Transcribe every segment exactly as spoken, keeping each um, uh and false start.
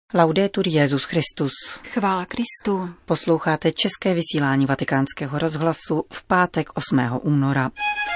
Laudetur Jesus Christus. Chvála Kristu. Posloucháte české vysílání Vatikánského rozhlasu v pátek osmého února.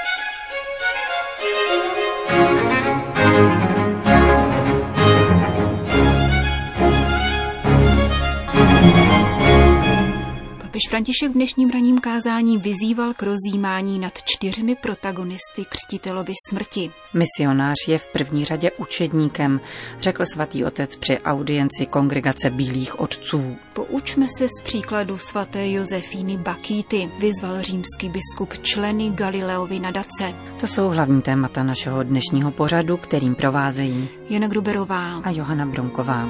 Papež František v dnešním ranním kázání vyzýval k rozjímání nad čtyřmi protagonisty křtitelovy smrti. Misionář je v první řadě učedníkem, řekl svatý otec při audienci Kongregace bílých otců. Poučme se z příkladu svaté Josefíny Bakíty, vyzval římský biskup členy Galileovy nadace. To jsou hlavní témata našeho dnešního pořadu, kterým provázejí Jana Gruberová a Johana Bronková.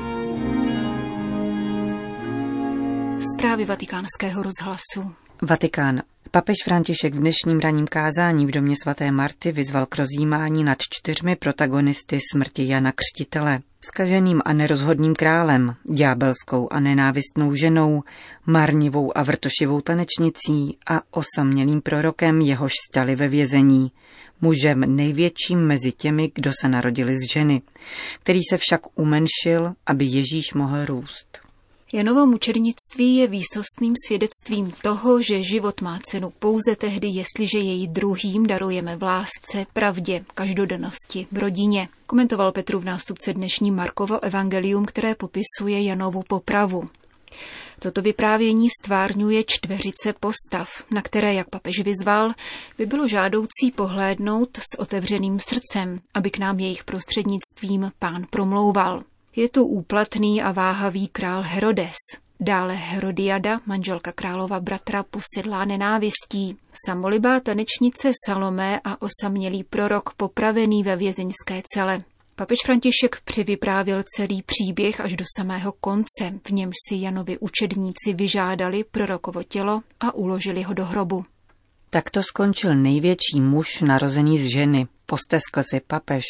Zprávy Vatikánského rozhlasu. Vatikán. Papež František v dnešním ranním kázání v domě svaté Marty vyzval k rozjímání nad čtyřmi protagonisty smrti Jana Křtitele. Zkaženým a nerozhodným králem, ďábelskou a nenávistnou ženou, marnivou a vrtošivou tanečnicí a osamělým prorokem, jehož stali ve vězení, mužem největším mezi těmi, kdo se narodili z ženy, který se však umenšil, aby Ježíš mohl růst. Janovo mučednictví je výsostným svědectvím toho, že život má cenu pouze tehdy, jestliže jej druhým darujeme v lásce, pravdě, každodennosti, v rodině. Komentoval Petrův nástupce dnešní Markovo evangelium, které popisuje Janovu popravu. Toto vyprávění stvárňuje čtveřice postav, na které, jak papež vyzval, by bylo žádoucí pohlédnout s otevřeným srdcem, aby k nám jejich prostřednictvím Pán promlouval. Je tu úplatný a váhavý král Herodes, dále Herodiada, manželka králova bratra posedlá nenávistí, samolibá tanečnice Salomé a osamělý prorok popravený ve vězeňské cele. Papež František přivyprávěl celý příběh až do samého konce, v němž si Janovi učedníci vyžádali prorokovo tělo a uložili ho do hrobu. Takto skončil největší muž narozený z ženy, posteskl si papež.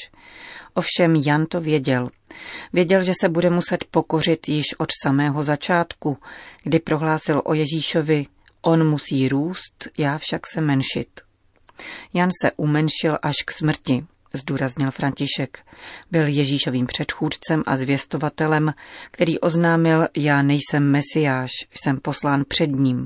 Ovšem Jan to věděl. Věděl, že se bude muset pokořit již od samého začátku, kdy prohlásil o Ježíšovi: on musí růst, já však se menšit. Jan se umenšil až k smrti, zdůraznil František. Byl Ježíšovým předchůdcem a zvěstovatelem, který oznámil: já nejsem Mesiáš, jsem poslán před ním.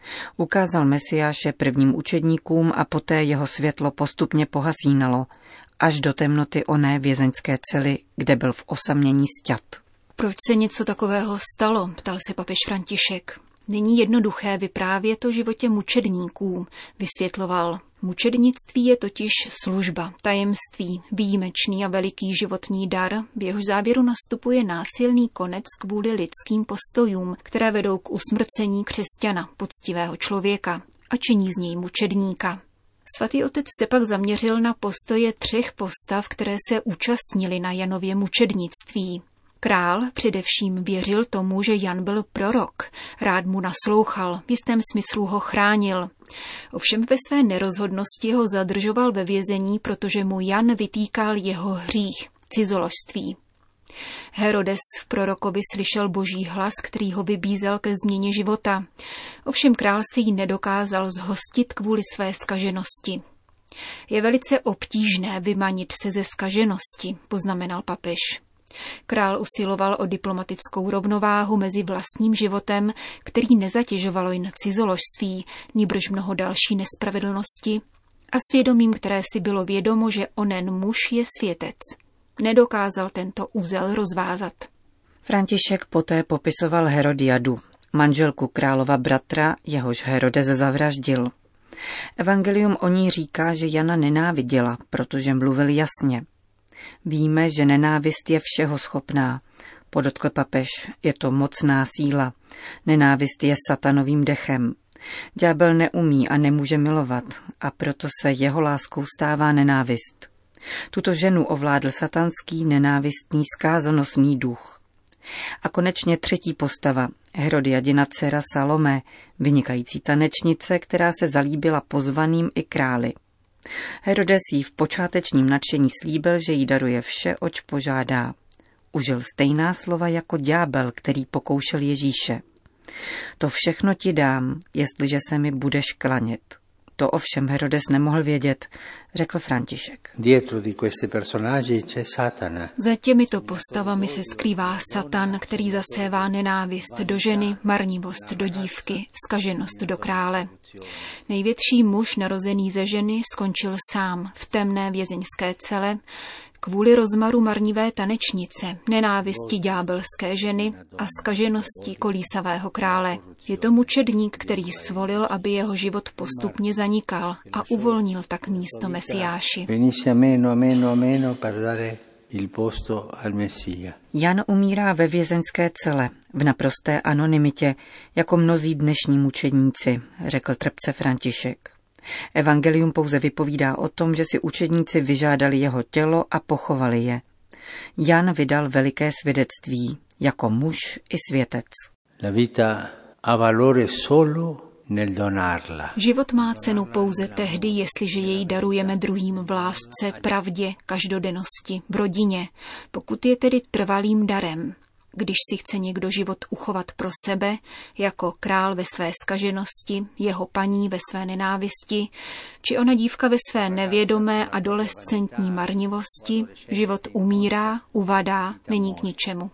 Ukázal Mesiáše prvním učedníkům a poté jeho světlo postupně pohasínalo, až do temnoty oné vězeňské cely, kde byl v osamění sťat. Proč se něco takového stalo, ptal se papež František. Není jednoduché vyprávět o životě mučedníků, vysvětloval. Mučednictví je totiž služba, tajemství, výjimečný a veliký životní dar, v jehož závěru nastupuje násilný konec kvůli lidským postojům, které vedou k usmrcení křesťana, poctivého člověka, a činí z něj mučedníka. Svatý otec se pak zaměřil na postoje třech postav, které se účastnili na Janově mučednictví. Král především věřil tomu, že Jan byl prorok, rád mu naslouchal, v jistém smyslu ho chránil. Ovšem ve své nerozhodnosti ho zadržoval ve vězení, protože mu Jan vytýkal jeho hřích, cizoložství. Herodes v prorokovi slyšel boží hlas, který ho vybízel ke změně života. Ovšem král si ji nedokázal zhostit kvůli své zkaženosti. Je velice obtížné vymanit se ze zkaženosti, poznamenal papež. Král usiloval o diplomatickou rovnováhu mezi vlastním životem, který nezatěžovalo jen cizoložství, nýbrž mnoho další nespravedlnosti, a svědomím, které si bylo vědomo, že onen muž je světec. Nedokázal tento úzel rozvázat. František poté popisoval Herodiadu, manželku králova bratra, jehož Herodes zavraždil. Evangelium o ní říká, že Jana nenáviděla, protože mluvil jasně. Víme, že nenávist je všeho schopná, podotkl papež, je to mocná síla. Nenávist je satanovým dechem. Ďábel neumí a nemůže milovat, a proto se jeho láskou stává nenávist. Tuto ženu ovládl satanský, nenávistný, zkázonosný duch. A konečně třetí postava, Herodiadina dcera Salomé, vynikající tanečnice, která se zalíbila pozvaným i králi. Herodes jí v počátečním nadšení slíbil, že jí daruje vše, oč požádá. Užil stejná slova jako ďábel, který pokoušel Ježíše. To všechno ti dám, jestliže se mi budeš klanět. To ovšem Herodes nemohl vědět, řekl František. Za těmito postavami se skrývá Satan, který zasévá nenávist do ženy, marnivost do dívky, zkaženost do krále. Největší muž narozený ze ženy skončil sám v temné vězeňské cele, kvůli rozmaru marnivé tanečnice, nenávisti ďábelské ženy a zkaženosti kolísavého krále. Je to mučedník, který svolil, aby jeho život postupně zanikal a uvolnil tak místo Mesiáši. Jan umírá ve vězeňské cele, v naprosté anonymitě, jako mnozí dnešní mučedníci, řekl trpce František. Evangelium pouze vypovídá o tom, že si učedníci vyžádali jeho tělo a pochovali je. Jan vydal veliké svědectví, jako muž i světec. Život má cenu pouze tehdy, jestliže jej darujeme druhým v lásce, pravdě, každodennosti, v rodině, pokud je tedy trvalým darem. Když si chce někdo život uchovat pro sebe, jako král ve své zkaženosti, jeho paní ve své nenávisti, či ona dívka ve své nevědomé adolescentní marnivosti, život umírá, uvadá, není k ničemu.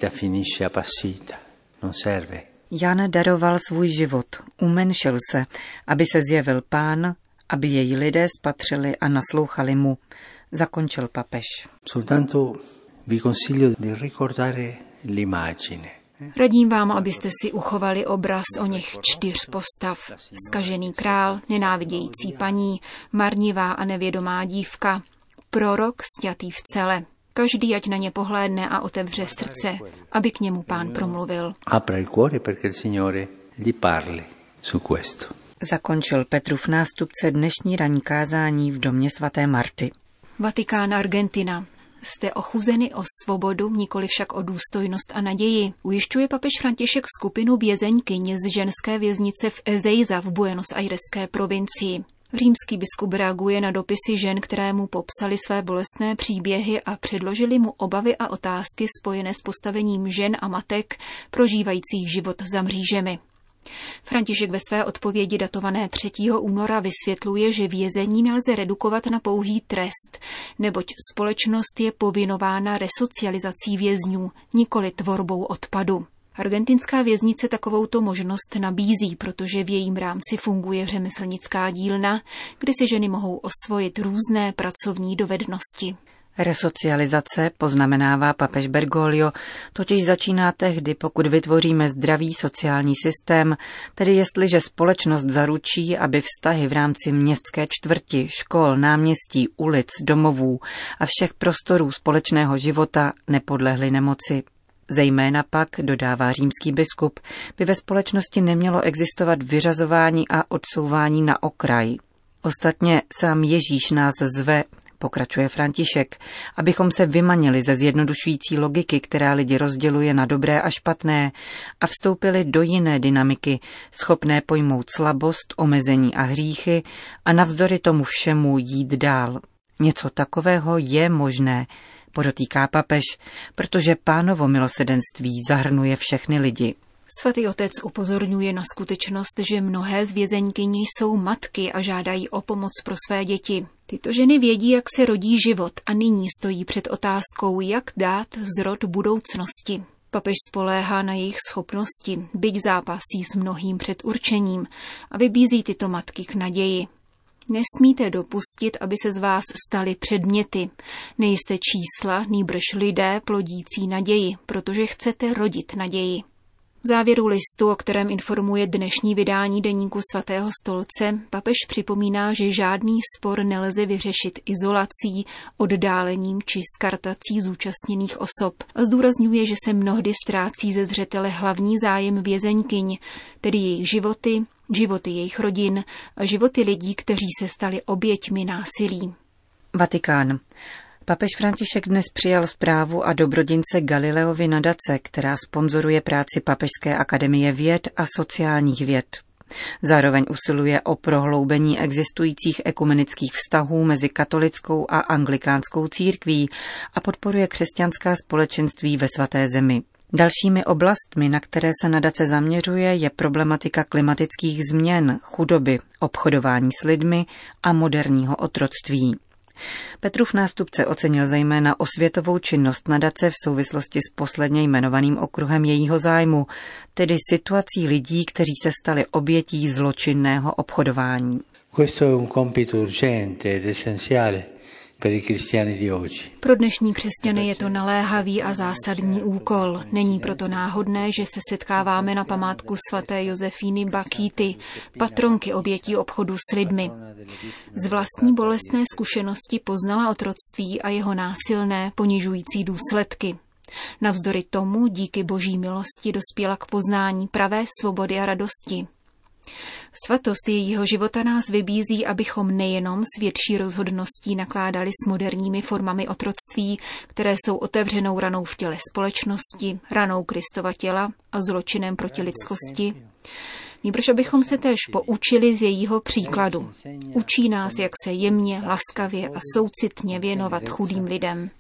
Jan daroval svůj život, umenšil se, aby se zjevil Pán, aby jej lidé spatřili a naslouchali mu, zakončil papež. Soltanto vi consiglio di ricordare l'immagine. Radím vám, abyste si uchovali obraz o něch čtyř postav. Zkažený král, nenávidějící paní, marnivá a nevědomá dívka, prorok sťatý v cele. Každý ať na ně pohlédne a otevře srdce, aby k němu Pán promluvil. Apra il cuore perché il Signore gli parli su questo. Zakončil Petrův nástupce dnešní ranní kázání v domě svaté Marty. Vatikán, Argentina. Jste ochuzeni o svobodu, nikoli však o důstojnost a naději, ujišťuje papež František skupinu vězeňkyň z ženské věznice v Ezeiza v Buenos Aireské provincii. Římský biskup reaguje na dopisy žen, které mu popsali své bolestné příběhy a předložili mu obavy a otázky spojené s postavením žen a matek prožívajících život za mřížemi. František ve své odpovědi datované třetího února vysvětluje, že vězení nelze redukovat na pouhý trest, neboť společnost je povinována resocializací vězňů, nikoli tvorbou odpadu. Argentinská věznice takovouto možnost nabízí, protože v jejím rámci funguje řemeslnická dílna, kde si ženy mohou osvojit různé pracovní dovednosti. Resocializace, poznamenává papež Bergoglio, totiž začíná tehdy, pokud vytvoříme zdravý sociální systém, tedy jestliže společnost zaručí, aby vztahy v rámci městské čtvrti, škol, náměstí, ulic, domovů a všech prostorů společného života nepodlehly nemoci. Zejména pak, dodává římský biskup, by ve společnosti nemělo existovat vyřazování a odsouvání na okraj. Ostatně sám Ježíš nás zve, pokračuje František, abychom se vymanili ze zjednodušující logiky, která lidi rozděluje na dobré a špatné, a vstoupili do jiné dynamiky, schopné pojmout slabost, omezení a hříchy a navzdory tomu všemu jít dál. Něco takového je možné, podotýká papež, protože Pánovo milosedenství zahrnuje všechny lidi. Svatý otec upozorňuje na skutečnost, že mnohé z vězeňkyň jsou matky a žádají o pomoc pro své děti. Tyto ženy vědí, jak se rodí život a nyní stojí před otázkou, jak dát zrod budoucnosti. Papež spoléhá na jejich schopnosti, byť zápasí s mnohým předurčením a vybízí tyto matky k naději. Nesmíte dopustit, aby se z vás staly předměty. Nejste čísla, nýbrž lidé plodící naději, protože chcete rodit naději. V závěru listu, o kterém informuje dnešní vydání deníku Svatého stolce, papež připomíná, že žádný spor nelze vyřešit izolací, oddálením či skartací zúčastněných osob a zdůrazňuje, že se mnohdy ztrácí ze zřetele hlavní zájem vězeňkyň, tedy jejich životy, životy jejich rodin a životy lidí, kteří se stali oběťmi násilí. Vatikán. Papež František dnes přijal zprávu a dobrodince Galileovy nadace, která sponzoruje práci Papežské akademie věd a sociálních věd. Zároveň usiluje o prohloubení existujících ekumenických vztahů mezi katolickou a anglikánskou církví a podporuje křesťanská společenství ve svaté zemi. Dalšími oblastmi, na které se nadace zaměřuje, je problematika klimatických změn, chudoby, obchodování s lidmi a moderního otroctví. Petrův nástupce ocenil zejména osvětovou činnost nadace v souvislosti s posledně jmenovaným okruhem jejího zájmu, tedy situací lidí, kteří se stali obětí zločinného obchodování. Questo è un compito urgente ed essenziale per i cristiani di oggi. Pro dnešní křesťany je to naléhavý a zásadní úkol. Není proto náhodné, že se setkáváme na památku svaté Josefíny Bakíty, patronky obětí obchodu s lidmi. Z vlastní bolestné zkušenosti poznala otroctví a jeho násilné, ponižující důsledky. Navzdory tomu díky boží milosti dospěla k poznání pravé svobody a radosti. Svatost jejího života nás vybízí, abychom nejenom s větší rozhodností nakládali s moderními formami otroctví, které jsou otevřenou ranou v těle společnosti, ranou Kristova těla a zločinem proti lidskosti, nýbrž abychom se též poučili z jejího příkladu. Učí nás, jak se jemně, laskavě a soucitně věnovat chudým lidem.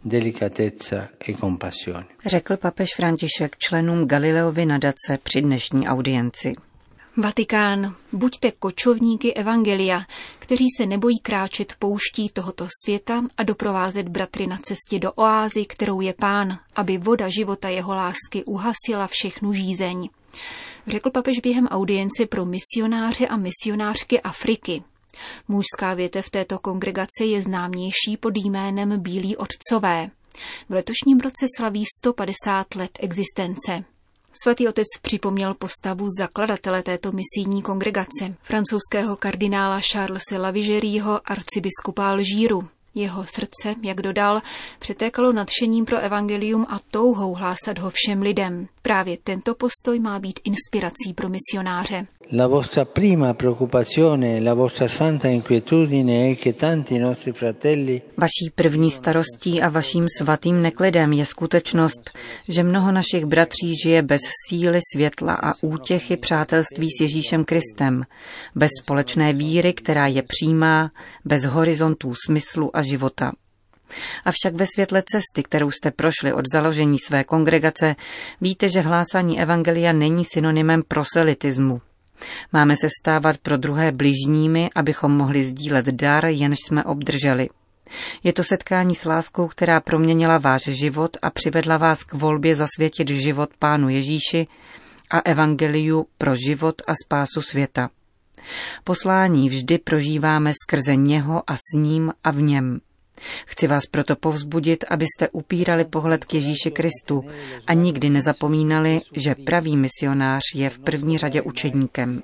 Řekl papež František členům Galileovy nadace při dnešní audienci. Vatikán. Buďte kočovníky evangelia, kteří se nebojí kráčet pouští tohoto světa a doprovázet bratry na cestě do oázy, kterou je Pán, aby voda života jeho lásky uhasila všechnu žízeň. Řekl papež během audience pro misionáře a misionářky Afriky. Mužská větev této kongregace je známější pod jménem Bílí otcové. V letošním roce slaví sto padesát let existence. Svatý otec připomněl postavu zakladatele této misijní kongregace, francouzského kardinála Charlese Lavigéryho, arcibiskupa Alžíru. Jeho srdce, jak dodal, přetékalo nadšením pro evangelium a touhou hlásat ho všem lidem. Právě tento postoj má být inspirací pro misionáře. La vostra prima preoccupazione, la vostra santa inquietudine è che tanti nostri fratelli. Vaší první starostí a vaším svatým neklidem je skutečnost, že mnoho našich bratří žije bez síly, světla a útěchy přátelství s Ježíšem Kristem, bez společné víry, která je přímá, bez horizontů smyslu a života. Avšak ve světle cesty, kterou jste prošli od založení své kongregace, víte, že hlásání evangelia není synonymem proselitismu. Máme se stávat pro druhé bližními, abychom mohli sdílet dar, jenž jsme obdrželi. Je to setkání s láskou, která proměnila váš život a přivedla vás k volbě zasvětit život Pánu Ježíši a evangeliu pro život a spásu světa. Poslání vždy prožíváme skrze něho a s ním a v něm. Chci vás proto povzbudit, abyste upírali pohled k Ježíši Kristu a nikdy nezapomínali, že pravý misionář je v první řadě učedníkem.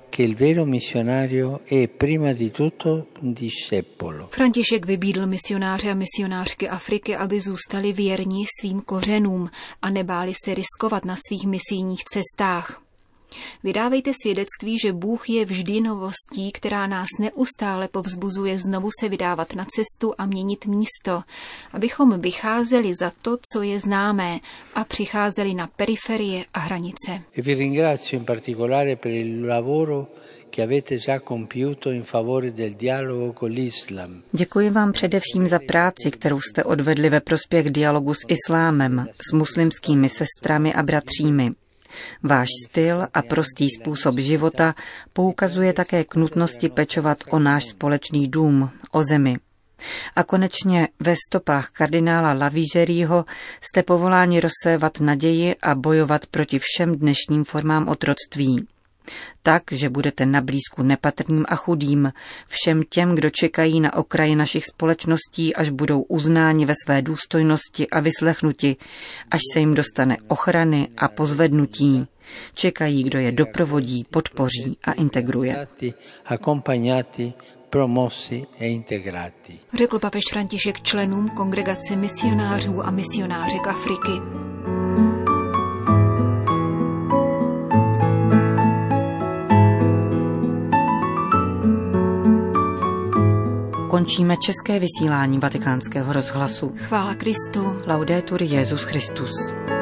František vybídl misionáře a misionářky Afriky, aby zůstali věrní svým kořenům a nebáli se riskovat na svých misijních cestách. Vydávejte svědectví, že Bůh je vždy novostí, která nás neustále povzbuzuje znovu se vydávat na cestu a měnit místo, abychom vycházeli za to, co je známé, a přicházeli na periferie a hranice. Děkuji vám především za práci, kterou jste odvedli ve prospěch dialogu s islámem, s muslimskými sestrami a bratřími. Váš styl a prostý způsob života poukazuje také k nutnosti pečovat o náš společný dům, o zemi. A konečně ve stopách kardinála Lavigéryho jste povoláni rozsévat naději a bojovat proti všem dnešním formám otroctví. Tak, že budete na blízku nepatrným a chudým, všem těm, kdo čekají na okraji našich společností, až budou uznáni ve své důstojnosti a vyslechnuti, až se jim dostane ochrany a pozvednutí. Čekají, kdo je doprovodí, podpoří a integruje. Řekl papež František členům kongregace misionářů a misionářek Afriky. Končíme české vysílání Vatikánského rozhlasu. Chvála Kristu. Laudetur Jesus Christus.